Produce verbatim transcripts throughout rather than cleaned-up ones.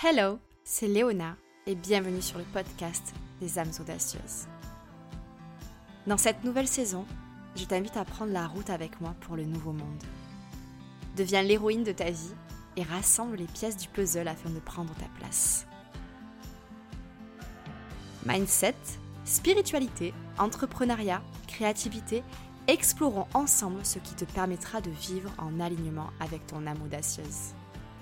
Hello, c'est Léona et bienvenue sur le podcast des âmes audacieuses. Dans cette nouvelle saison, je t'invite à prendre la route avec moi pour le nouveau monde. Deviens l'héroïne de ta vie et rassemble les pièces du puzzle afin de prendre ta place. Mindset, spiritualité, entrepreneuriat, créativité, explorons ensemble ce qui te permettra de vivre en alignement avec ton âme audacieuse.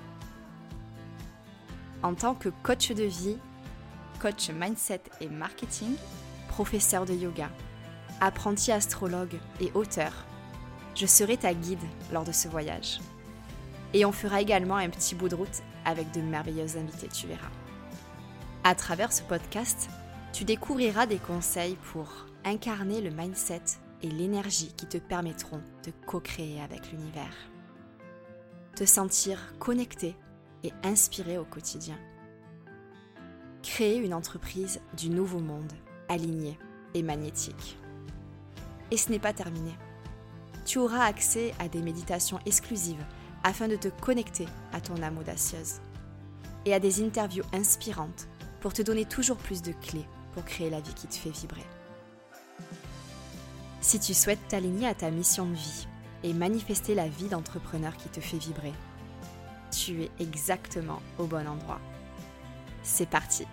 En tant que coach de vie, coach mindset et marketing, professeur de yoga, apprenti astrologue et auteur, je serai ta guide lors de ce voyage. Et on fera également un petit bout de route avec de merveilleux invités, tu verras. À travers ce podcast, tu découvriras des conseils pour incarner le mindset et l'énergie qui te permettront de co-créer avec l'univers. Te sentir connecté et inspiré au quotidien. Créer une entreprise du nouveau monde, alignée et magnétique. Et ce n'est pas terminé. Tu auras accès à des méditations exclusives afin de te connecter à ton âme audacieuse et à des interviews inspirantes pour te donner toujours plus de clés pour créer la vie qui te fait vibrer. Si tu souhaites t'aligner à ta mission de vie et manifester la vie d'entrepreneur qui te fait vibrer, tu es exactement au bon endroit. C'est parti!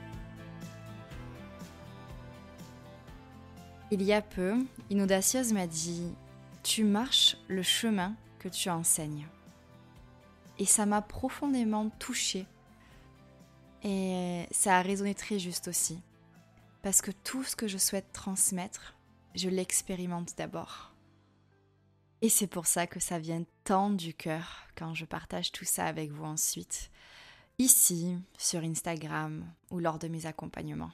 Il y a peu, une audacieuse m'a dit « Tu marches le chemin que tu enseignes ». Et ça m'a profondément touchée. Et ça a résonné très juste aussi. Parce que tout ce que je souhaite transmettre, je l'expérimente d'abord. Et c'est pour ça que ça vient tant du cœur quand je partage tout ça avec vous ensuite, ici, sur Instagram ou lors de mes accompagnements.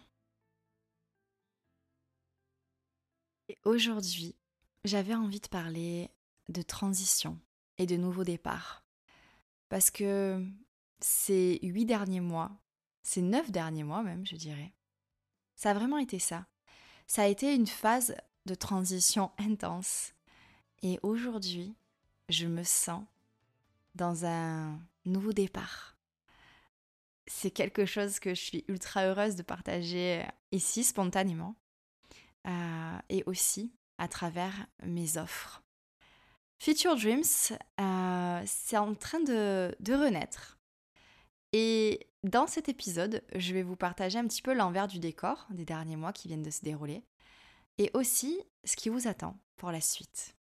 Et aujourd'hui, j'avais envie de parler de transition et de nouveau départ. Parce que ces huit derniers mois, ces neuf derniers mois même, je dirais, ça a vraiment été ça. Ça a été une phase de transition intense. Et aujourd'hui, je me sens dans un nouveau départ. C'est quelque chose que je suis ultra heureuse de partager ici, spontanément, euh, et aussi à travers mes offres. Future Dreams, euh, c'est en train de, de renaître. Et dans cet épisode, je vais vous partager un petit peu l'envers du décor des derniers mois qui viennent de se dérouler, et aussi ce qui vous attend pour la suite.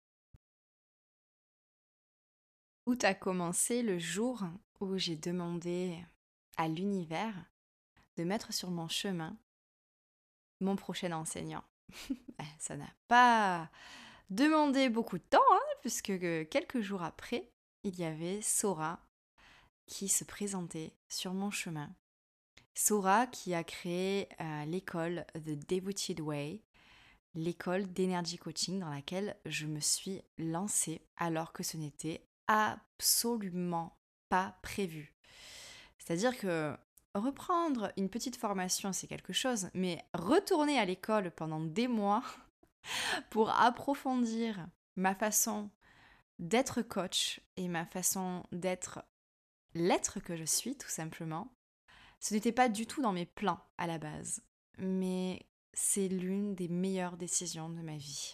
Tout a commencé le jour où j'ai demandé à l'univers de mettre sur mon chemin mon prochain enseignant. Ça n'a pas demandé beaucoup de temps, hein, puisque quelques jours après, il y avait Sora qui se présentait sur mon chemin. Sora qui a créé euh, l'école The Devoted Way, l'école d'énergie coaching dans laquelle je me suis lancée alors que ce n'était absolument pas prévu. C'est-à-dire que reprendre une petite formation, c'est quelque chose, mais retourner à l'école pendant des mois pour approfondir ma façon d'être coach et ma façon d'être l'être que je suis, tout simplement, ce n'était pas du tout dans mes plans à la base, mais c'est l'une des meilleures décisions de ma vie.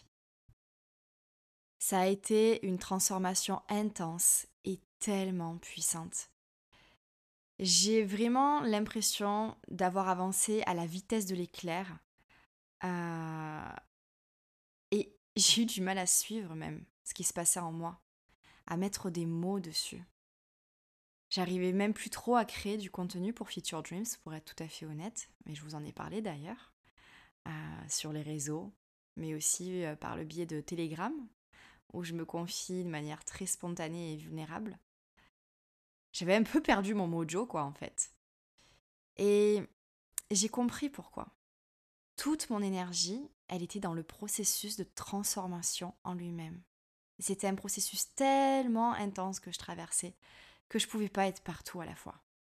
Ça a été une transformation intense et tellement puissante. J'ai vraiment l'impression d'avoir avancé à la vitesse de l'éclair. Euh, et j'ai eu du mal à suivre même ce qui se passait en moi, à mettre des mots dessus. J'arrivais même plus trop à créer du contenu pour Future Dreams, pour être tout à fait honnête, mais je vous en ai parlé d'ailleurs, euh, sur les réseaux, mais aussi euh, par le biais de Telegram, où je me confie de manière très spontanée et vulnérable. J'avais un peu perdu mon mojo, quoi, en fait. Et j'ai compris pourquoi. Toute mon énergie, elle était dans le processus de transformation en lui-même. C'était un processus tellement intense que je traversais, que je ne pouvais pas être partout à la fois.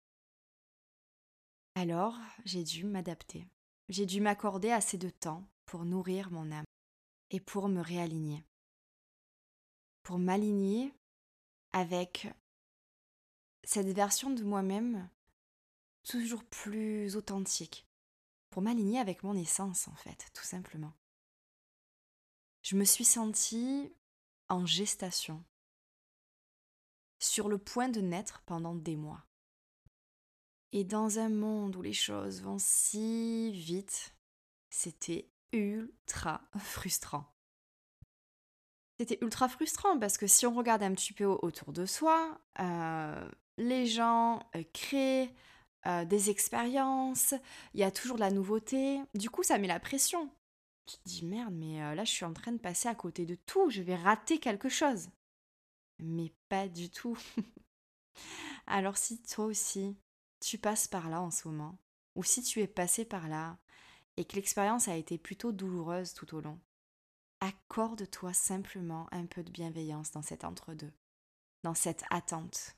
Alors, j'ai dû m'adapter. J'ai dû m'accorder assez de temps pour nourrir mon âme et pour me réaligner. Pour m'aligner avec cette version de moi-même toujours plus authentique, pour m'aligner avec mon essence en fait, tout simplement. Je me suis sentie en gestation, sur le point de naître pendant des mois. Et dans un monde où les choses vont si vite, c'était ultra frustrant. C'était ultra frustrant parce que si on regarde un petit peu autour de soi, euh, les gens euh, créent euh, des expériences, il y a toujours de la nouveauté. Du coup, ça met la pression. Tu te dis merde, mais euh, là, je suis en train de passer à côté de tout, je vais rater quelque chose. Mais pas du tout. Alors si toi aussi, tu passes par là en ce moment, ou si tu es passé par là et que l'expérience a été plutôt douloureuse tout au long, accorde-toi simplement un peu de bienveillance dans cet entre-deux, dans cette attente.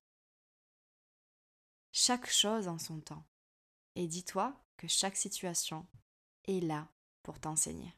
Chaque chose en son temps. Et dis-toi que chaque situation est là pour t'enseigner.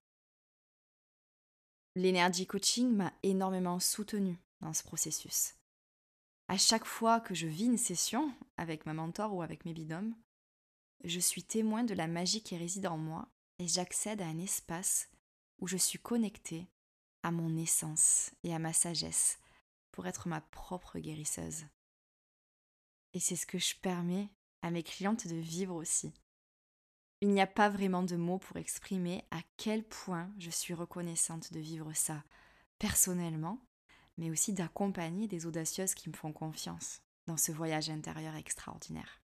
L'Energy Coaching m'a énormément soutenue dans ce processus. À chaque fois que je vis une session avec ma mentor ou avec mes binômes, je suis témoin de la magie qui réside en moi et j'accède à un espace où je suis connectée à mon essence et à ma sagesse pour être ma propre guérisseuse. Et c'est ce que je permets à mes clientes de vivre aussi. Il n'y a pas vraiment de mots pour exprimer à quel point je suis reconnaissante de vivre ça personnellement, mais aussi d'accompagner des audacieuses qui me font confiance dans ce voyage intérieur extraordinaire.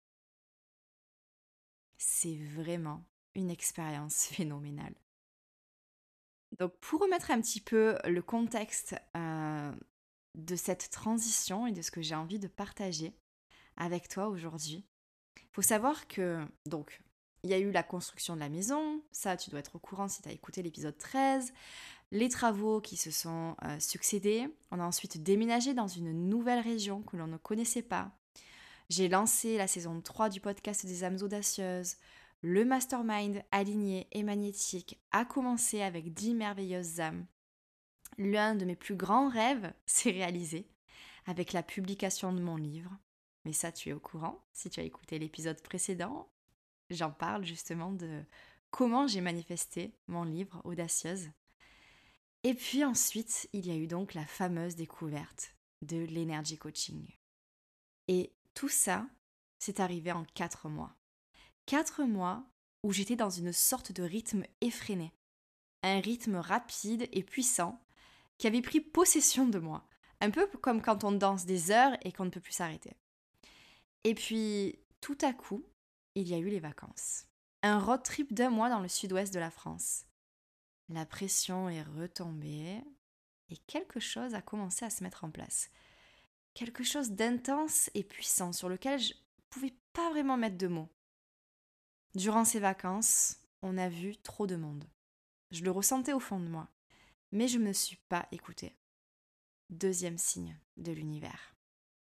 C'est vraiment une expérience phénoménale. Donc pour remettre un petit peu le contexte euh, de cette transition et de ce que j'ai envie de partager avec toi aujourd'hui, il faut savoir que donc il y a eu la construction de la maison, ça tu dois être au courant si tu as écouté l'épisode treize, les travaux qui se sont euh, succédés, on a ensuite déménagé dans une nouvelle région que l'on ne connaissait pas. J'ai lancé la saison trois du podcast des âmes audacieuses. Le mastermind aligné et magnétique a commencé avec dix merveilleuses âmes. L'un de mes plus grands rêves s'est réalisé avec la publication de mon livre. Mais ça, tu es au courant. Si tu as écouté l'épisode précédent, j'en parle justement de comment j'ai manifesté mon livre Audacieuse. Et puis ensuite, il y a eu donc la fameuse découverte de l'Energy Coaching. Et tout ça, c'est arrivé en quatre mois. Quatre mois où j'étais dans une sorte de rythme effréné. Un rythme rapide et puissant qui avait pris possession de moi. Un peu comme quand on danse des heures et qu'on ne peut plus s'arrêter. Et puis, tout à coup, il y a eu les vacances. Un road trip d'un mois dans le sud-ouest de la France. La pression est retombée et quelque chose a commencé à se mettre en place. Quelque chose d'intense et puissant sur lequel je ne pouvais pas vraiment mettre de mots. Durant ces vacances, on a vu trop de monde. Je le ressentais au fond de moi, mais je ne me suis pas écoutée. Deuxième signe de l'univers.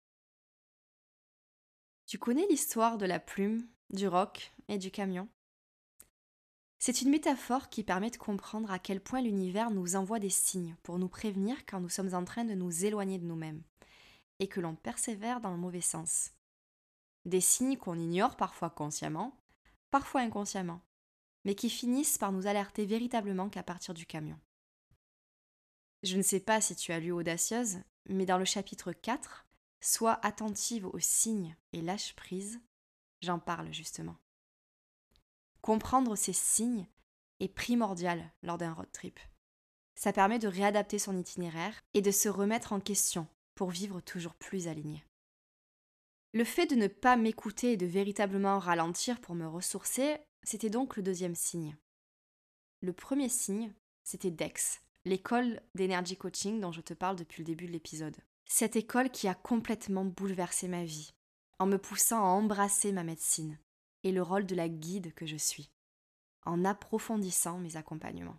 Tu connais l'histoire de la plume, du roc et du camion ? C'est une métaphore qui permet de comprendre à quel point l'univers nous envoie des signes pour nous prévenir quand nous sommes en train de nous éloigner de nous-mêmes et que l'on persévère dans le mauvais sens. Des signes qu'on ignore parfois consciemment, parfois inconsciemment, mais qui finissent par nous alerter véritablement qu'à partir du camion. Je ne sais pas si tu as lu Audacieuse, mais dans le chapitre quatre, Sois attentive aux signes et lâche prise, j'en parle justement. Comprendre ces signes est primordial lors d'un road trip. Ça permet de réadapter son itinéraire et de se remettre en question pour vivre toujours plus aligné. Le fait de ne pas m'écouter et de véritablement ralentir pour me ressourcer, c'était donc le deuxième signe. Le premier signe, c'était D E X, l'école d'Energy Coaching dont je te parle depuis le début de l'épisode. Cette école qui a complètement bouleversé ma vie, en me poussant à embrasser ma médecine et le rôle de la guide que je suis, en approfondissant mes accompagnements.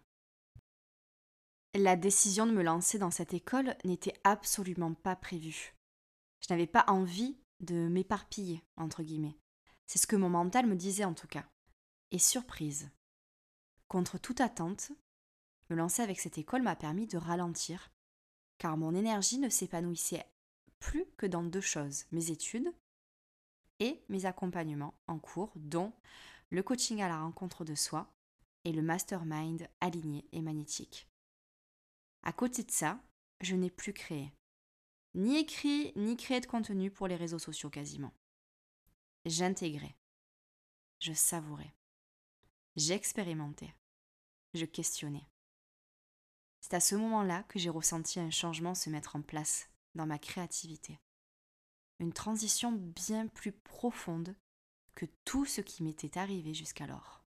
La décision de me lancer dans cette école n'était absolument pas prévue. Je n'avais pas envie de m'éparpiller, entre guillemets. C'est ce que mon mental me disait en tout cas. Et surprise, contre toute attente, me lancer avec cette école m'a permis de ralentir, car mon énergie ne s'épanouissait plus que dans deux choses, mes études et mes accompagnements en cours, dont le coaching à la rencontre de soi et le mastermind aligné et magnétique. À côté de ça, je n'ai plus créé, ni écrit, ni créé de contenu pour les réseaux sociaux quasiment. J'intégrais, je savourais, j'expérimentais, je questionnais. C'est à ce moment-là que j'ai ressenti un changement se mettre en place dans ma créativité. Une transition bien plus profonde que tout ce qui m'était arrivé jusqu'alors.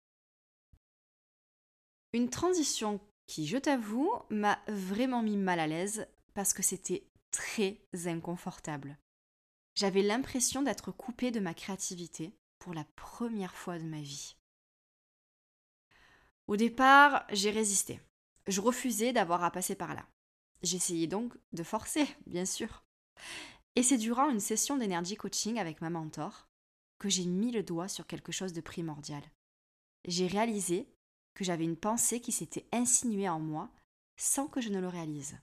Une transition qui, je t'avoue, m'a vraiment mis mal à l'aise parce que c'était très inconfortable. J'avais l'impression d'être coupée de ma créativité pour la première fois de ma vie. Au départ, j'ai résisté. Je refusais d'avoir à passer par là. J'essayais donc de forcer, bien sûr. Et c'est durant une session d'énergie coaching avec ma mentor que j'ai mis le doigt sur quelque chose de primordial. J'ai réalisé que j'avais une pensée qui s'était insinuée en moi sans que je ne le réalise.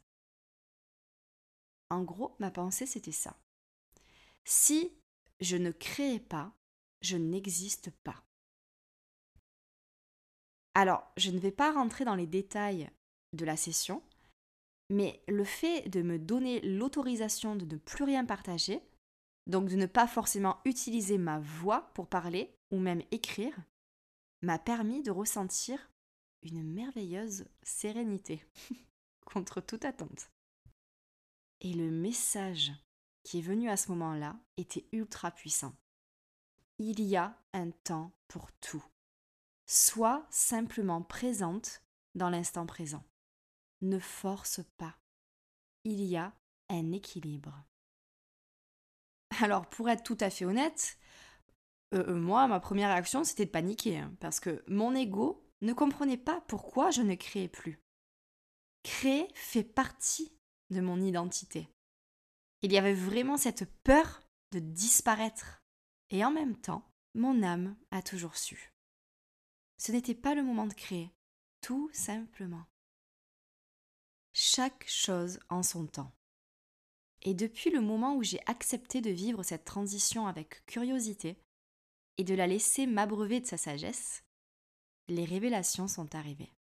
En gros, ma pensée, c'était ça. Si je ne créais pas, je n'existe pas. Alors, je ne vais pas rentrer dans les détails de la session, mais le fait de me donner l'autorisation de ne plus rien partager, donc de ne pas forcément utiliser ma voix pour parler ou même écrire, m'a permis de ressentir une merveilleuse sérénité, contre toute attente. Et le message qui est venu à ce moment-là était ultra puissant. Il y a un temps pour tout. Sois simplement présente dans l'instant présent. Ne force pas. Il y a un équilibre. Alors, pour être tout à fait honnête, euh, moi, ma première réaction, c'était de paniquer, hein, parce que mon ego ne comprenait pas pourquoi je ne créais plus. Créer fait partie de mon identité. Il y avait vraiment cette peur de disparaître. Et en même temps, mon âme a toujours su. Ce n'était pas le moment de créer, tout simplement. Chaque chose en son temps. Et depuis le moment où j'ai accepté de vivre cette transition avec curiosité et de la laisser m'abreuver de sa sagesse, les révélations sont arrivées.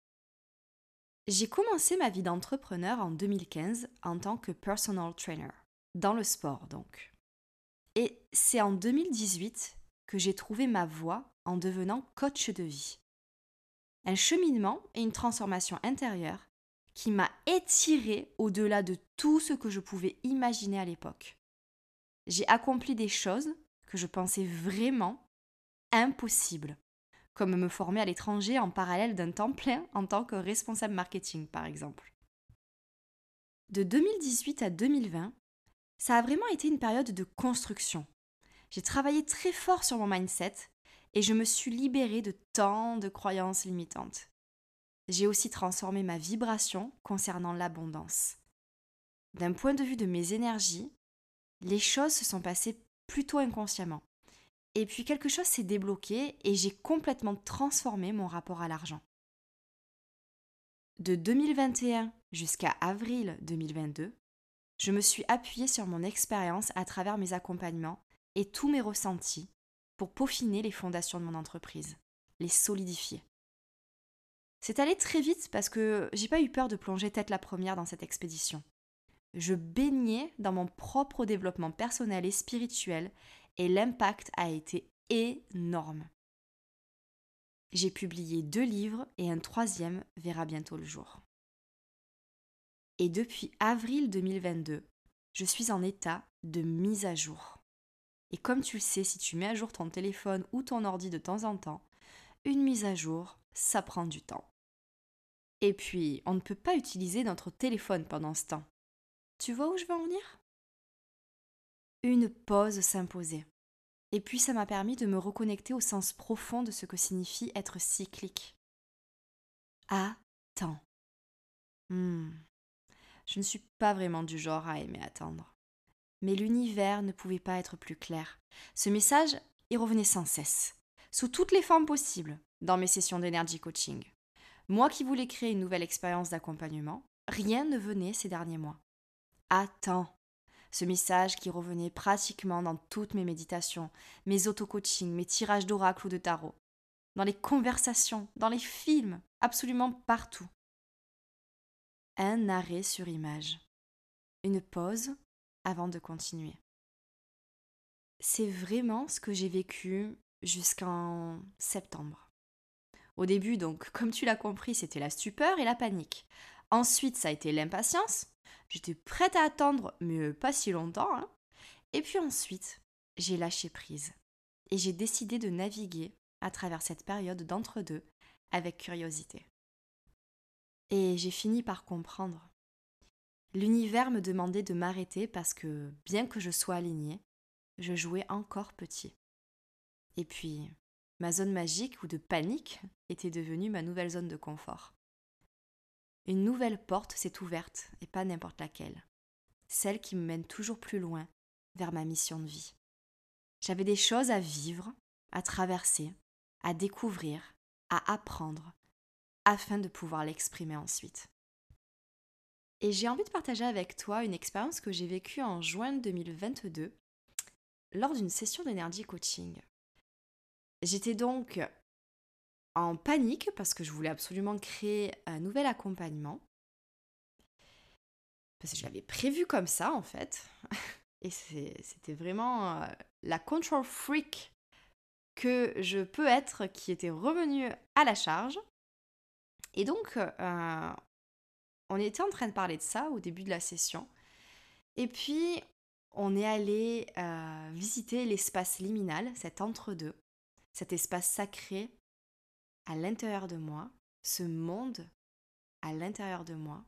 J'ai commencé ma vie d'entrepreneur en deux mille quinze en tant que personal trainer, dans le sport donc. Et c'est en deux mille dix-huit que j'ai trouvé ma voie en devenant coach de vie. Un cheminement et une transformation intérieure qui m'a étirée au-delà de tout ce que je pouvais imaginer à l'époque. J'ai accompli des choses que je pensais vraiment impossibles, comme me former à l'étranger en parallèle d'un temps plein en tant que responsable marketing, par exemple. De deux mille dix-huit à deux mille vingt, ça a vraiment été une période de construction. J'ai travaillé très fort sur mon mindset et je me suis libérée de tant de croyances limitantes. J'ai aussi transformé ma vibration concernant l'abondance. D'un point de vue de mes énergies, les choses se sont passées plutôt inconsciemment. Et puis quelque chose s'est débloqué et j'ai complètement transformé mon rapport à l'argent. De deux mille vingt et un jusqu'à avril deux mille vingt-deux, je me suis appuyée sur mon expérience à travers mes accompagnements et tous mes ressentis pour peaufiner les fondations de mon entreprise, les solidifier. C'est allé très vite parce que j'ai pas eu peur de plonger tête la première dans cette expédition. Je baignais dans mon propre développement personnel et spirituel et l'impact a été énorme. J'ai publié deux livres et un troisième verra bientôt le jour. Et depuis avril deux mille vingt-deux, je suis en état de mise à jour. Et comme tu le sais, si tu mets à jour ton téléphone ou ton ordi de temps en temps, une mise à jour, ça prend du temps. Et puis, on ne peut pas utiliser notre téléphone pendant ce temps. Tu vois où je veux en venir ? Une pause s'imposait. Et puis ça m'a permis de me reconnecter au sens profond de ce que signifie être cyclique. Attends. Hmm. Je ne suis pas vraiment du genre à aimer attendre. Mais l'univers ne pouvait pas être plus clair. Ce message, il revenait sans cesse, sous toutes les formes possibles, dans mes sessions d'énergie coaching. Moi qui voulais créer une nouvelle expérience d'accompagnement, rien ne venait ces derniers mois. Attends. Ce message qui revenait pratiquement dans toutes mes méditations, mes auto-coachings, mes tirages d'oracle ou de tarot, dans les conversations, dans les films, absolument partout. Un arrêt sur image. Une pause avant de continuer. C'est vraiment ce que j'ai vécu jusqu'en septembre. Au début, donc, comme tu l'as compris, c'était la stupeur et la panique. Ensuite, ça a été l'impatience. J'étais prête à attendre, mais pas si longtemps. Hein. Et puis ensuite, j'ai lâché prise. Et j'ai décidé de naviguer à travers cette période d'entre-deux avec curiosité. Et j'ai fini par comprendre. L'univers me demandait de m'arrêter parce que, bien que je sois alignée, je jouais encore petit. Et puis, ma zone magique ou de panique était devenue ma nouvelle zone de confort. Une nouvelle porte s'est ouverte, et pas n'importe laquelle. Celle qui me mène toujours plus loin vers ma mission de vie. J'avais des choses à vivre, à traverser, à découvrir, à apprendre, afin de pouvoir l'exprimer ensuite. Et j'ai envie de partager avec toi une expérience que j'ai vécue en juin deux mille vingt-deux, lors d'une session d'énergie coaching. J'étais donc en panique parce que je voulais absolument créer un nouvel accompagnement. Parce que je l'avais prévu comme ça en fait. Et c'est, c'était vraiment euh, la control freak que je peux être qui était revenue à la charge. Et donc, euh, on était en train de parler de ça au début de la session. Et puis, on est allé euh, visiter l'espace liminal, cet entre-deux, cet espace sacré à l'intérieur de moi, ce monde à l'intérieur de moi.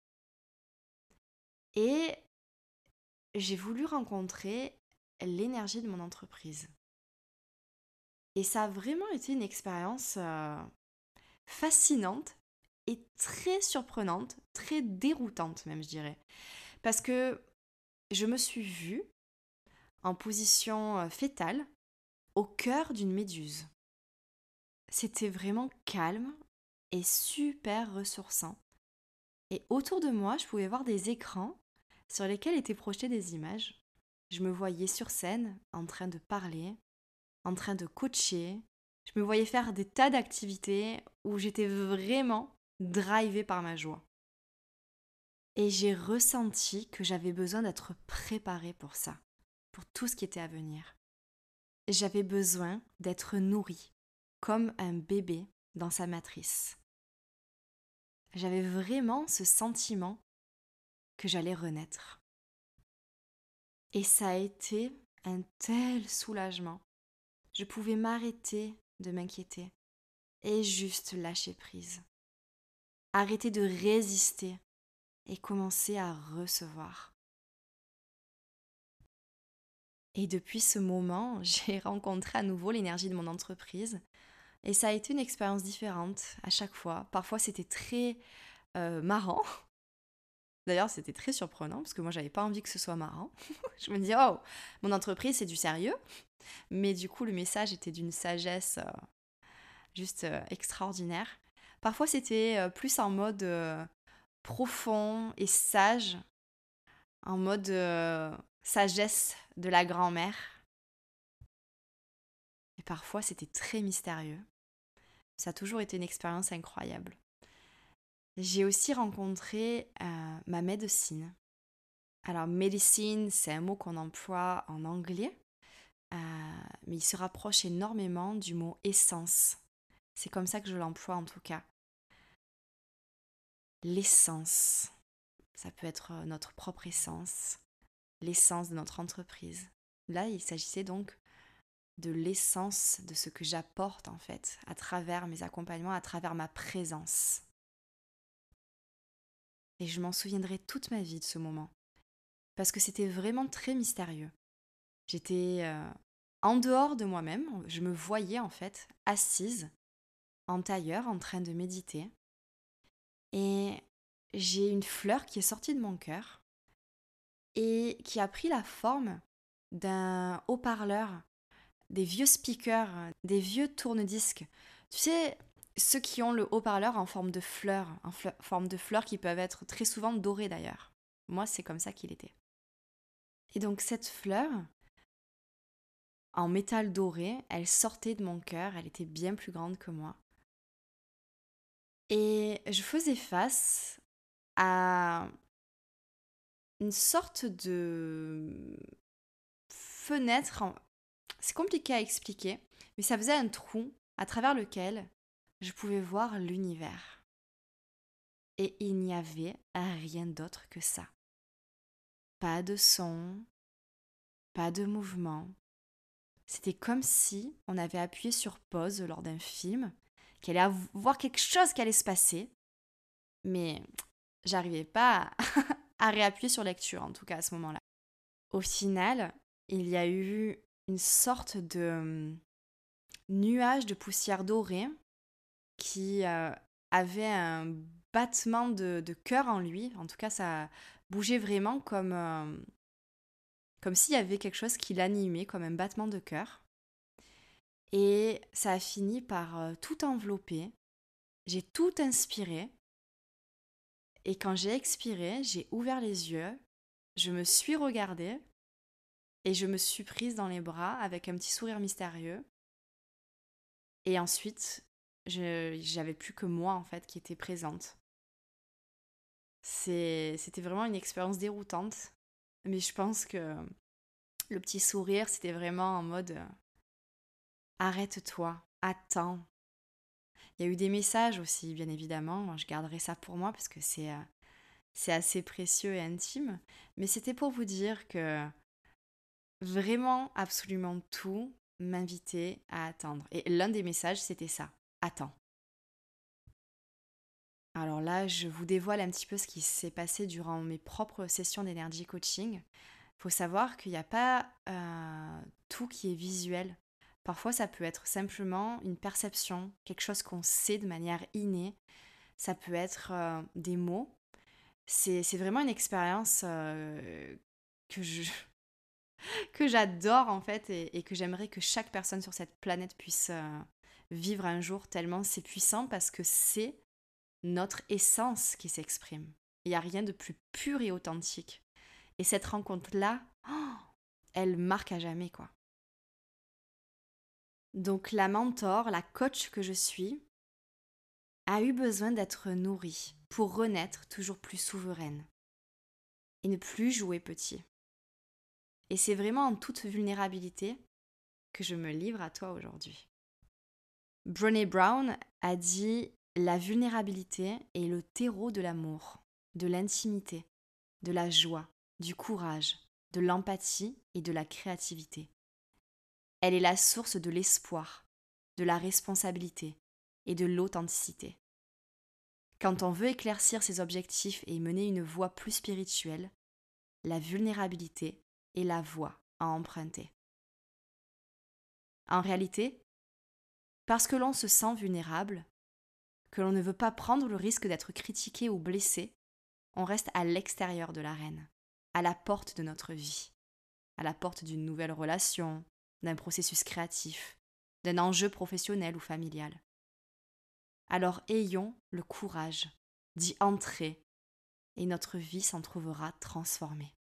Et j'ai voulu rencontrer l'énergie de mon entreprise. Et ça a vraiment été une expérience euh, fascinante et très surprenante, très déroutante même, je dirais. Parce que je me suis vue en position euh, fétale au cœur d'une méduse. C'était vraiment calme et super ressourçant. Et autour de moi, je pouvais voir des écrans sur lesquels étaient projetées des images. Je me voyais sur scène en train de parler, en train de coacher. Je me voyais faire des tas d'activités où j'étais vraiment drivée par ma joie. Et j'ai ressenti que j'avais besoin d'être préparée pour ça, pour tout ce qui était à venir. J'avais besoin d'être nourrie, comme un bébé dans sa matrice. J'avais vraiment ce sentiment que j'allais renaître. Et ça a été un tel soulagement. Je pouvais m'arrêter de m'inquiéter et juste lâcher prise. Arrêter de résister et commencer à recevoir. Et depuis ce moment, j'ai rencontré à nouveau l'énergie de mon entreprise. Et ça a été une expérience différente à chaque fois. Parfois, c'était très euh, marrant. D'ailleurs, c'était très surprenant parce que moi, j'avais pas envie que ce soit marrant. Je me dis, oh, mon entreprise, c'est du sérieux. Mais du coup, le message était d'une sagesse euh, juste euh, extraordinaire. Parfois, c'était euh, plus en mode euh, profond et sage, en mode euh, sagesse de la grand-mère. Et parfois, c'était très mystérieux. Ça a toujours été une expérience incroyable. J'ai aussi rencontré euh, ma médecine. Alors, médecine, c'est un mot qu'on emploie en anglais, euh, mais il se rapproche énormément du mot essence. C'est comme ça que je l'emploie en tout cas. L'essence, ça peut être notre propre essence, l'essence de notre entreprise. Là, il s'agissait donc de l'essence de ce que j'apporte en fait à travers mes accompagnements, à travers ma présence. Et je m'en souviendrai toute ma vie de ce moment. Parce que c'était vraiment très mystérieux. J'étais euh, en dehors de moi-même, je me voyais en fait assise en tailleur en train de méditer. Et j'ai une fleur qui est sortie de mon cœur et qui a pris la forme d'un haut-parleur, des vieux speakers, des vieux tourne-disques. Tu sais, ceux qui ont le haut-parleur en forme de fleurs, en fle- forme de fleurs qui peuvent être très souvent dorées d'ailleurs. Moi, c'est comme ça qu'il était. Et donc cette fleur, en métal doré, elle sortait de mon cœur, elle était bien plus grande que moi. Et je faisais face à une sorte de fenêtre. en- C'est compliqué à expliquer, mais ça faisait un trou à travers lequel je pouvais voir l'univers. Et il n'y avait rien d'autre que ça. Pas de son, pas de mouvement. C'était comme si on avait appuyé sur pause lors d'un film, qu'il allait y avoir quelque chose qui allait se passer, mais j'arrivais pas à, à réappuyer sur lecture, en tout cas à ce moment-là. Au final, il y a eu une sorte de hum, nuage de poussière dorée qui euh, avait un battement de, de cœur en lui. En tout cas, ça bougeait vraiment comme, euh, comme s'il y avait quelque chose qui l'animait, comme un battement de cœur. Et ça a fini par euh, tout envelopper. J'ai tout inspiré. Et quand j'ai expiré, j'ai ouvert les yeux, je me suis regardée et je me suis prise dans les bras avec un petit sourire mystérieux. Et ensuite, je j'avais plus que moi en fait qui était présente. C'est, c'était vraiment une expérience déroutante, mais je pense que le petit sourire, c'était vraiment en mode euh, arrête-toi, attends. Il y a eu des messages aussi, bien évidemment. Je garderai ça pour moi parce que c'est euh, c'est assez précieux et intime. Mais c'était pour vous dire que vraiment, absolument tout m'invitait à attendre. Et l'un des messages, c'était ça. Attends. Alors là, je vous dévoile un petit peu ce qui s'est passé durant mes propres sessions d'énergie coaching. Il faut savoir qu'il n'y a pas euh, tout qui est visuel. Parfois, ça peut être simplement une perception, quelque chose qu'on sait de manière innée. Ça peut être euh, des mots. C'est, c'est vraiment une expérience euh, que je, que j'adore en fait et, et que j'aimerais que chaque personne sur cette planète puisse euh, vivre un jour tellement c'est puissant parce que c'est notre essence qui s'exprime. Il n'y a rien de plus pur et authentique. Et cette rencontre-là, oh, elle marque à jamais quoi. Donc la mentor, la coach que je suis, a eu besoin d'être nourrie pour renaître toujours plus souveraine et ne plus jouer petit. Et c'est vraiment en toute vulnérabilité que je me livre à toi aujourd'hui. Brené Brown a dit: la vulnérabilité est le terreau de l'amour, de l'intimité, de la joie, du courage, de l'empathie et de la créativité. Elle est la source de l'espoir, de la responsabilité et de l'authenticité. Quand on veut éclaircir ses objectifs et mener une voie plus spirituelle, la vulnérabilité est la voie à emprunter. En réalité, parce que l'on se sent vulnérable, que l'on ne veut pas prendre le risque d'être critiqué ou blessé, on reste à l'extérieur de l'arène, à la porte de notre vie, à la porte d'une nouvelle relation, d'un processus créatif, d'un enjeu professionnel ou familial. Alors ayons le courage d'y entrer et notre vie s'en trouvera transformée.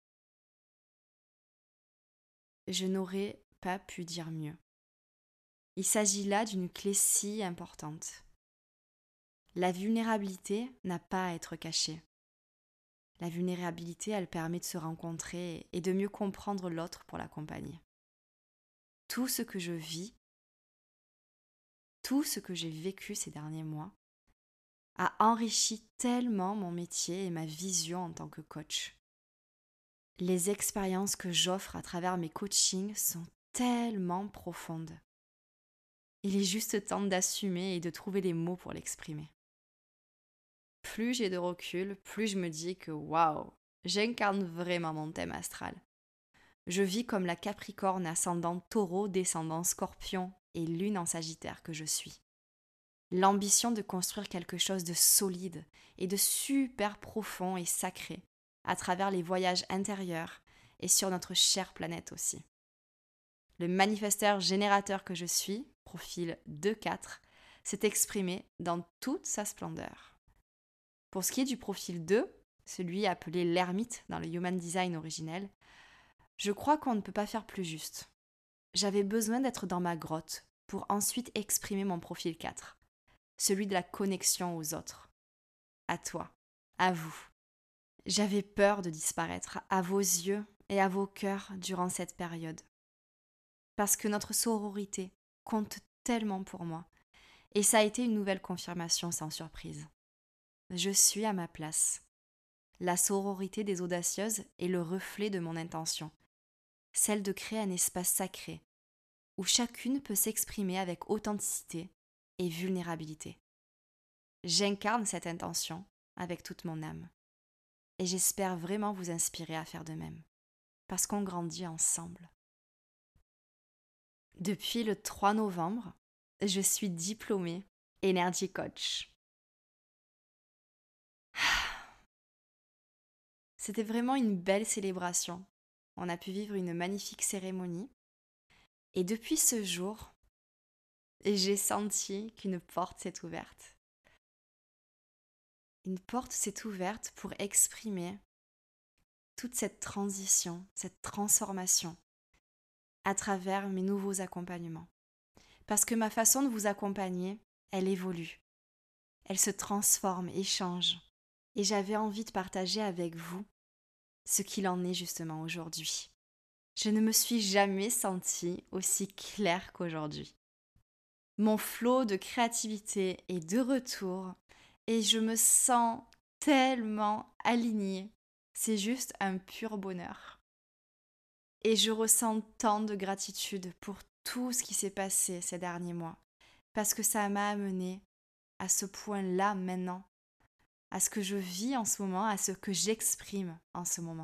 Je n'aurais pas pu dire mieux. Il s'agit là d'une clé si importante. La vulnérabilité n'a pas à être cachée. La vulnérabilité, elle permet de se rencontrer et de mieux comprendre l'autre pour l'accompagner. Tout ce que je vis, tout ce que j'ai vécu ces derniers mois, a enrichi tellement mon métier et ma vision en tant que coach. Les expériences que j'offre à travers mes coachings sont tellement profondes. Il est juste temps d'assumer et de trouver les mots pour l'exprimer. Plus j'ai de recul, plus je me dis que waouh, j'incarne vraiment mon thème astral. Je vis comme la Capricorne ascendant Taureau, descendant Scorpion et Lune en Sagittaire que je suis. L'ambition de construire quelque chose de solide et de super profond et sacré à travers les voyages intérieurs et sur notre chère planète aussi. Le manifesteur générateur que je suis, profil deux quatre, s'est exprimé dans toute sa splendeur. Pour ce qui est du profil deux, celui appelé l'ermite dans le Human Design originel, Je crois qu'on ne peut pas faire plus juste. J'avais besoin d'être dans ma grotte pour ensuite exprimer mon profil quatre, celui de la connexion aux autres, à toi, à vous. J'avais peur de disparaître à vos yeux et à vos cœurs durant cette période. Parce que notre sororité compte tellement pour moi. Et ça a été une nouvelle confirmation sans surprise. Je suis à ma place. La sororité des audacieuses est le reflet de mon intention, celle de créer un espace sacré, où chacune peut s'exprimer avec authenticité et vulnérabilité. J'incarne cette intention avec toute mon âme. Et j'espère vraiment vous inspirer à faire de même, parce qu'on grandit ensemble. Depuis le trois novembre, je suis diplômée Energy Coach. C'était vraiment une belle célébration. On a pu vivre une magnifique cérémonie. Et depuis ce jour, j'ai senti qu'une porte s'est ouverte. Une porte s'est ouverte pour exprimer toute cette transition, cette transformation à travers mes nouveaux accompagnements. Parce que ma façon de vous accompagner, elle évolue. Elle se transforme et change. Et j'avais envie de partager avec vous ce qu'il en est justement aujourd'hui. Je ne me suis jamais sentie aussi claire qu'aujourd'hui. Mon flot de créativité est de retour et je me sens tellement alignée. C'est juste un pur bonheur. Et je ressens tant de gratitude pour tout ce qui s'est passé ces derniers mois, parce que ça m'a amené à ce point-là maintenant, à ce que je vis en ce moment, à ce que j'exprime en ce moment.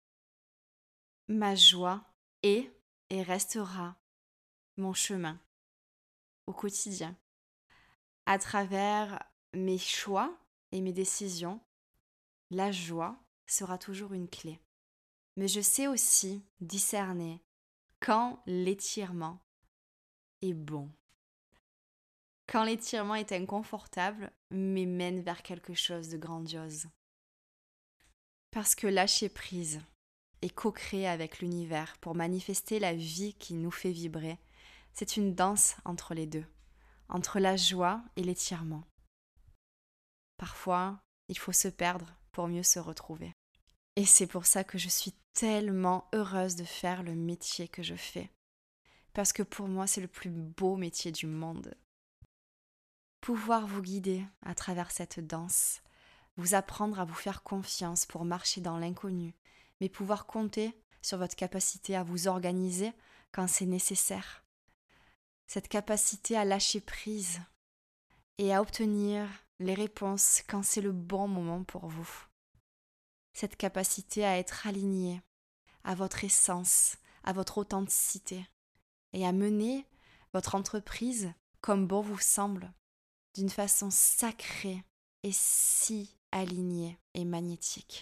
Ma joie est et restera mon chemin au quotidien. À travers mes choix et mes décisions, la joie sera toujours une clé. Mais je sais aussi discerner quand l'étirement est bon. Quand l'étirement est inconfortable, mais mène vers quelque chose de grandiose. Parce que lâcher prise et co-créer avec l'univers pour manifester la vie qui nous fait vibrer, c'est une danse entre les deux, entre la joie et l'étirement. Parfois, il faut se perdre pour mieux se retrouver. Et c'est pour ça que je suis tellement heureuse de faire le métier que je fais. Parce que pour moi, c'est le plus beau métier du monde. Pouvoir vous guider à travers cette danse, vous apprendre à vous faire confiance pour marcher dans l'inconnu, mais pouvoir compter sur votre capacité à vous organiser quand c'est nécessaire. Cette capacité à lâcher prise et à obtenir les réponses quand c'est le bon moment pour vous. Cette capacité à être aligné à votre essence, à votre authenticité et à mener votre entreprise comme bon vous semble, d'une façon sacrée et si alignée et magnétique.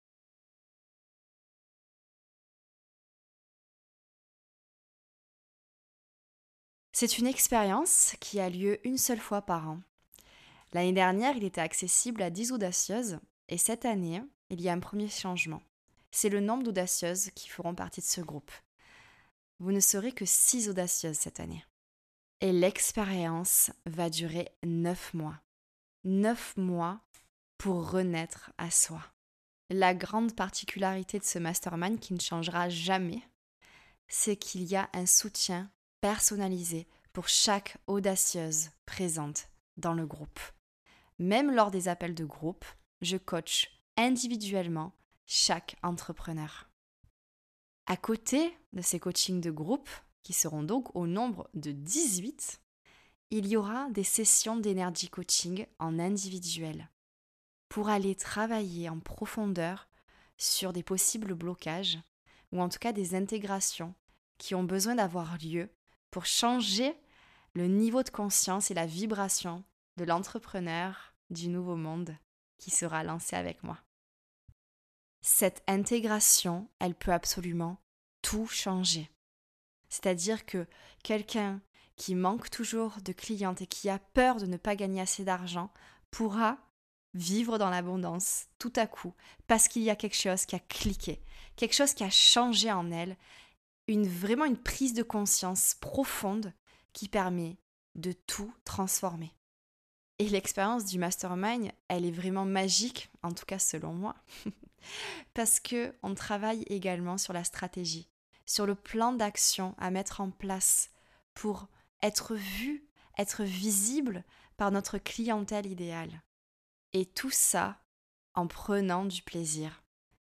C'est une expérience qui a lieu une seule fois par an. L'année dernière, il était accessible à dix audacieuses et cette année, il y a un premier changement. C'est le nombre d'audacieuses qui feront partie de ce groupe. Vous ne serez que six audacieuses cette année. Et l'expérience va durer neuf mois. Neuf mois pour renaître à soi. La grande particularité de ce mastermind qui ne changera jamais, c'est qu'il y a un soutien personnalisé pour chaque audacieuse présente dans le groupe. Même lors des appels de groupe, je coach individuellement chaque entrepreneur. À côté de ces coachings de groupe, qui seront donc au nombre de dix-huit, il y aura des sessions d'énergie coaching en individuel pour aller travailler en profondeur sur des possibles blocages ou en tout cas des intégrations qui ont besoin d'avoir lieu pour changer le niveau de conscience et la vibration de l'entrepreneur du nouveau monde qui sera lancé avec moi. Cette intégration, elle peut absolument tout changer. C'est-à-dire que quelqu'un qui manque toujours de clientes et qui a peur de ne pas gagner assez d'argent pourra vivre dans l'abondance tout à coup, parce qu'il y a quelque chose qui a cliqué, quelque chose qui a changé en elle, une, vraiment une prise de conscience profonde qui permet de tout transformer. Et l'expérience du mastermind, elle est vraiment magique, en tout cas selon moi, parce qu'on travaille également sur la stratégie, sur le plan d'action à mettre en place pour être vu, être visible par notre clientèle idéale. Et tout ça en prenant du plaisir.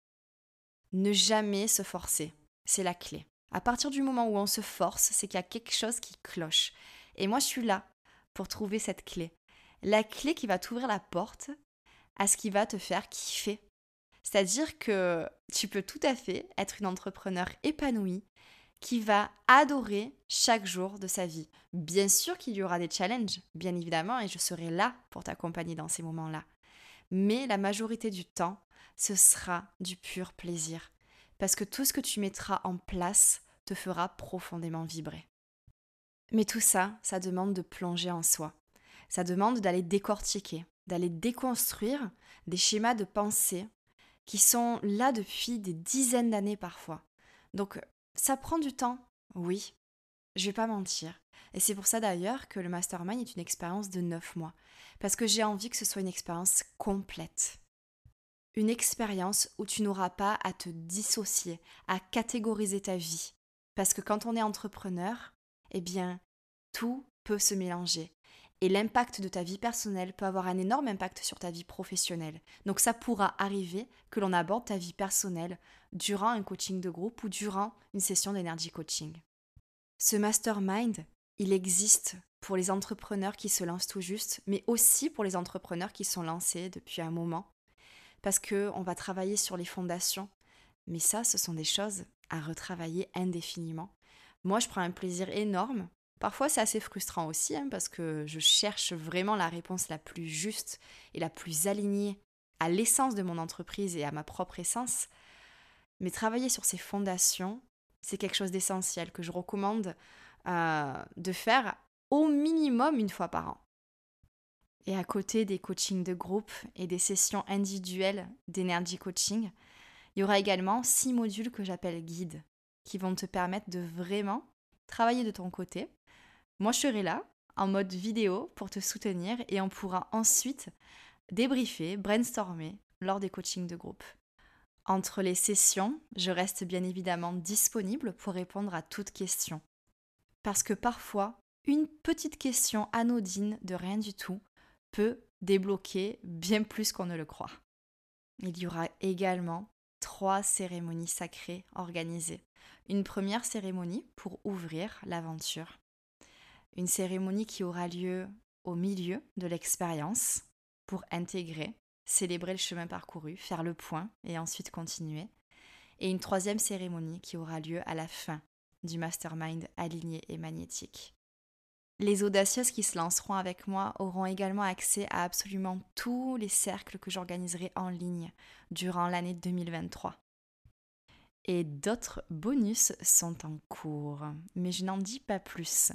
Ne jamais se forcer, c'est la clé. À partir du moment où on se force, c'est qu'il y a quelque chose qui cloche. Et moi, je suis là pour trouver cette clé. La clé qui va t'ouvrir la porte à ce qui va te faire kiffer. C'est-à-dire que tu peux tout à fait être une entrepreneur épanouie qui va adorer chaque jour de sa vie. Bien sûr qu'il y aura des challenges, bien évidemment, et je serai là pour t'accompagner dans ces moments-là. Mais la majorité du temps, ce sera du pur plaisir. Parce que tout ce que tu mettras en place te fera profondément vibrer. Mais tout ça, ça demande de plonger en soi. Ça demande d'aller décortiquer, d'aller déconstruire des schémas de pensée qui sont là depuis des dizaines d'années parfois. Donc, ça prend du temps, oui, je vais pas mentir. Et c'est pour ça d'ailleurs que le mastermind est une expérience de neuf mois. Parce que j'ai envie que ce soit une expérience complète. Une expérience où tu n'auras pas à te dissocier, à catégoriser ta vie. Parce que quand on est entrepreneur, eh bien, tout peut se mélanger. Et l'impact de ta vie personnelle peut avoir un énorme impact sur ta vie professionnelle. Donc ça pourra arriver que l'on aborde ta vie personnelle durant un coaching de groupe ou durant une session d'énergie coaching. Ce mastermind, il existe pour les entrepreneurs qui se lancent tout juste, mais aussi pour les entrepreneurs qui sont lancés depuis un moment. Parce qu'on va travailler sur les fondations. Mais ça, ce sont des choses à retravailler indéfiniment. Moi, je prends un plaisir énorme. Parfois, c'est assez frustrant aussi, hein, parce que je cherche vraiment la réponse la plus juste et la plus alignée à l'essence de mon entreprise et à ma propre essence. Mais travailler sur ces fondations, c'est quelque chose d'essentiel que je recommande euh, de faire au minimum une fois par an. Et à côté des coachings de groupe et des sessions individuelles d'énergie coaching, il y aura également six modules que j'appelle guides, qui vont te permettre de vraiment travailler de ton côté. Moi, je serai là, en mode vidéo, pour te soutenir et on pourra ensuite débriefer, brainstormer lors des coachings de groupe. Entre les sessions, je reste bien évidemment disponible pour répondre à toutes questions. Parce que parfois, une petite question anodine de rien du tout peut débloquer bien plus qu'on ne le croit. Il y aura également trois cérémonies sacrées organisées. Une première cérémonie pour ouvrir l'aventure. Une cérémonie qui aura lieu au milieu de l'expérience pour intégrer, célébrer le chemin parcouru, faire le point et ensuite continuer. Et une troisième cérémonie qui aura lieu à la fin du mastermind aligné et magnétique. Les audacieuses qui se lanceront avec moi auront également accès à absolument tous les cercles que j'organiserai en ligne durant l'année deux mille vingt-trois. Et d'autres bonus sont en cours, mais je n'en dis pas plus.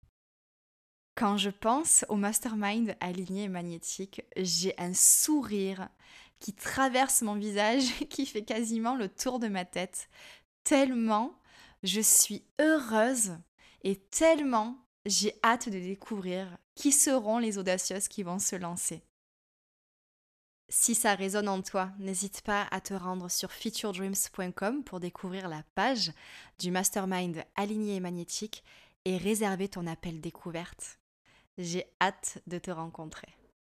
Quand je pense au mastermind aligné et magnétique, j'ai un sourire qui traverse mon visage, qui fait quasiment le tour de ma tête, tellement je suis heureuse et tellement j'ai hâte de découvrir qui seront les audacieuses qui vont se lancer. Si ça résonne en toi, n'hésite pas à te rendre sur fit your dreams point com pour découvrir la page du mastermind aligné et magnétique et réserver ton appel découverte. J'ai hâte de te rencontrer.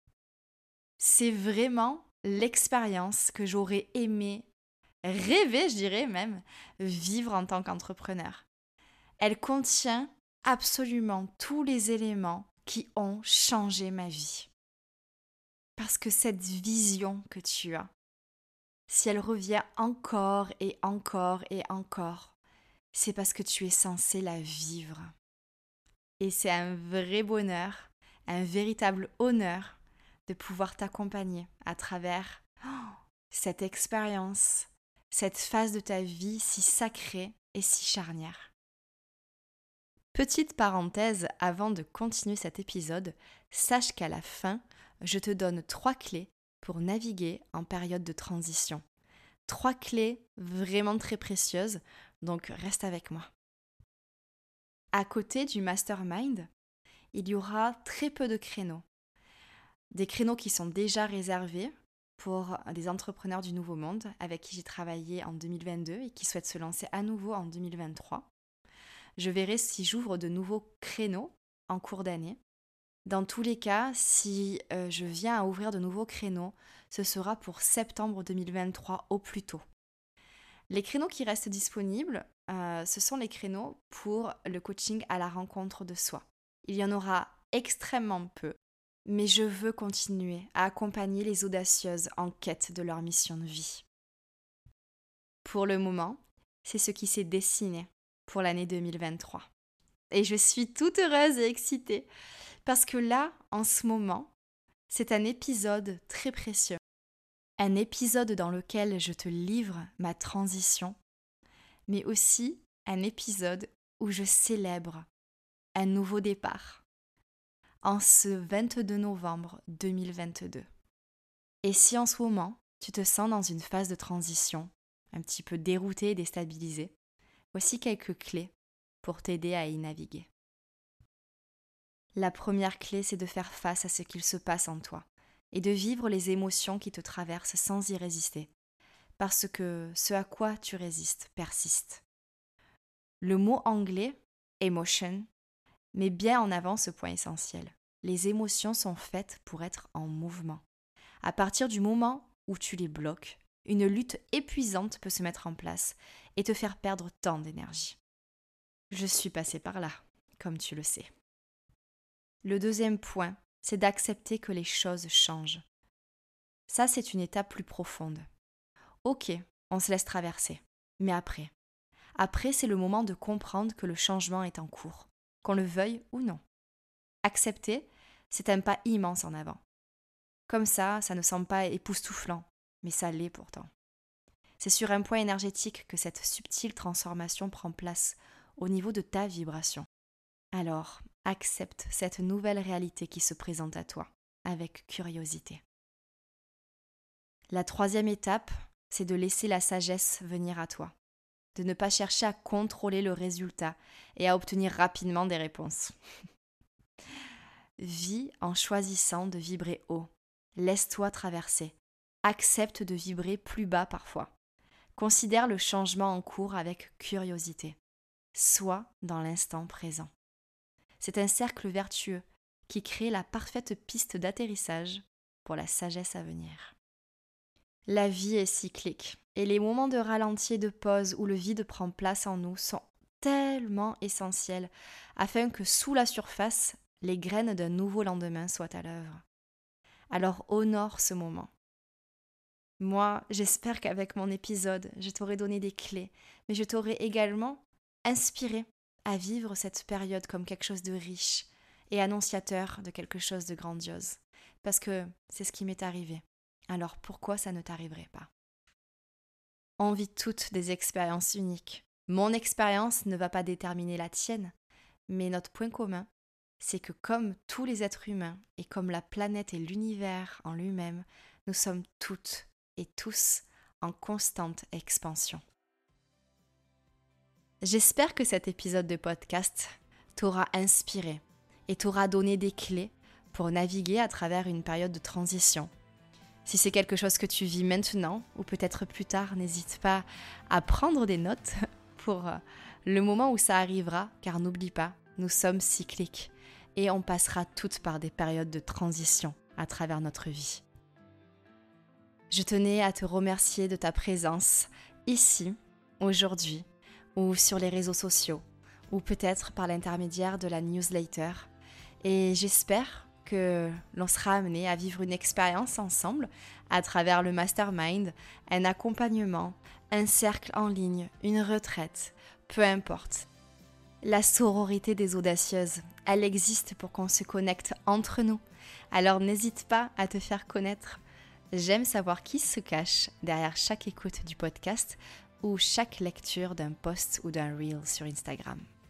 C'est vraiment l'expérience que j'aurais aimé, rêver, je dirais même, vivre en tant qu'entrepreneur. Elle contient absolument tous les éléments qui ont changé ma vie. Parce que cette vision que tu as, si elle revient encore et encore et encore, c'est parce que tu es censé la vivre. Et c'est un vrai bonheur, un véritable honneur de pouvoir t'accompagner à travers oh, cette expérience, cette phase de ta vie si sacrée et si charnière. Petite parenthèse avant de continuer cet épisode, sache qu'à la fin, je te donne trois clés pour naviguer en période de transition. Trois clés vraiment très précieuses, donc reste avec moi. À côté du mastermind, il y aura très peu de créneaux. Des créneaux qui sont déjà réservés pour des entrepreneurs du Nouveau Monde avec qui j'ai travaillé en deux mille vingt-deux et qui souhaitent se lancer à nouveau en deux mille vingt-trois. Je verrai si j'ouvre de nouveaux créneaux en cours d'année. Dans tous les cas, si euh, je viens à ouvrir de nouveaux créneaux, ce sera pour septembre deux mille vingt-trois au plus tôt. Les créneaux qui restent disponibles, euh, ce sont les créneaux pour le coaching à la rencontre de soi. Il y en aura extrêmement peu, mais je veux continuer à accompagner les audacieuses en quête de leur mission de vie. Pour le moment, c'est ce qui s'est dessiné pour l'année deux mille vingt-trois. Et je suis toute heureuse et excitée parce que là, en ce moment, c'est un épisode très précieux. Un épisode dans lequel je te livre ma transition, mais aussi un épisode où je célèbre un nouveau départ en ce vingt-deux novembre deux mille vingt-deux. Et si en ce moment, tu te sens dans une phase de transition, un petit peu dérouté et déstabilisé, voici quelques clés pour t'aider à y naviguer. La première clé, c'est de faire face à ce qu'il se passe en toi et de vivre les émotions qui te traversent sans y résister, parce que ce à quoi tu résistes persiste. Le mot anglais, emotion, met bien en avant ce point essentiel. Les émotions sont faites pour être en mouvement. À partir du moment où tu les bloques, une lutte épuisante peut se mettre en place et te faire perdre tant d'énergie. Je suis passée par là, comme tu le sais. Le deuxième point, c'est d'accepter que les choses changent. Ça, c'est une étape plus profonde. Ok, on se laisse traverser, mais après Après, c'est le moment de comprendre que le changement est en cours, qu'on le veuille ou non. Accepter, c'est un pas immense en avant. Comme ça, ça ne semble pas époustouflant, mais ça l'est pourtant. C'est sur un point énergétique que cette subtile transformation prend place au niveau de ta vibration. Alors, accepte cette nouvelle réalité qui se présente à toi, avec curiosité. La troisième étape, c'est de laisser la sagesse venir à toi, de ne pas chercher à contrôler le résultat et à obtenir rapidement des réponses. Vis en choisissant de vibrer haut, laisse-toi traverser, accepte de vibrer plus bas parfois. Considère le changement en cours avec curiosité, sois dans l'instant présent. C'est un cercle vertueux qui crée la parfaite piste d'atterrissage pour la sagesse à venir. La vie est cyclique et les moments de ralenti et de pause où le vide prend place en nous sont tellement essentiels afin que sous la surface, les graines d'un nouveau lendemain soient à l'œuvre. Alors honore ce moment. Moi, j'espère qu'avec mon épisode, je t'aurai donné des clés, mais je t'aurai également inspiré à vivre cette période comme quelque chose de riche et annonciateur de quelque chose de grandiose. Parce que c'est ce qui m'est arrivé. Alors pourquoi ça ne t'arriverait pas ? On vit toutes des expériences uniques. Mon expérience ne va pas déterminer la tienne, mais notre point commun, c'est que comme tous les êtres humains et comme la planète et l'univers en lui-même, nous sommes toutes et tous en constante expansion. J'espère que cet épisode de podcast t'aura inspiré et t'aura donné des clés pour naviguer à travers une période de transition. Si c'est quelque chose que tu vis maintenant ou peut-être plus tard, n'hésite pas à prendre des notes pour le moment où ça arrivera, car n'oublie pas, nous sommes cycliques et on passera toutes par des périodes de transition à travers notre vie. Je tenais à te remercier de ta présence ici, aujourd'hui, ou sur les réseaux sociaux, ou peut-être par l'intermédiaire de la newsletter. Et j'espère que l'on sera amené à vivre une expérience ensemble à travers le mastermind, un accompagnement, un cercle en ligne, une retraite, peu importe. La sororité des audacieuses, elle existe pour qu'on se connecte entre nous. Alors n'hésite pas à te faire connaître. J'aime savoir qui se cache derrière chaque écoute du podcast ou chaque lecture d'un post ou d'un reel sur Instagram.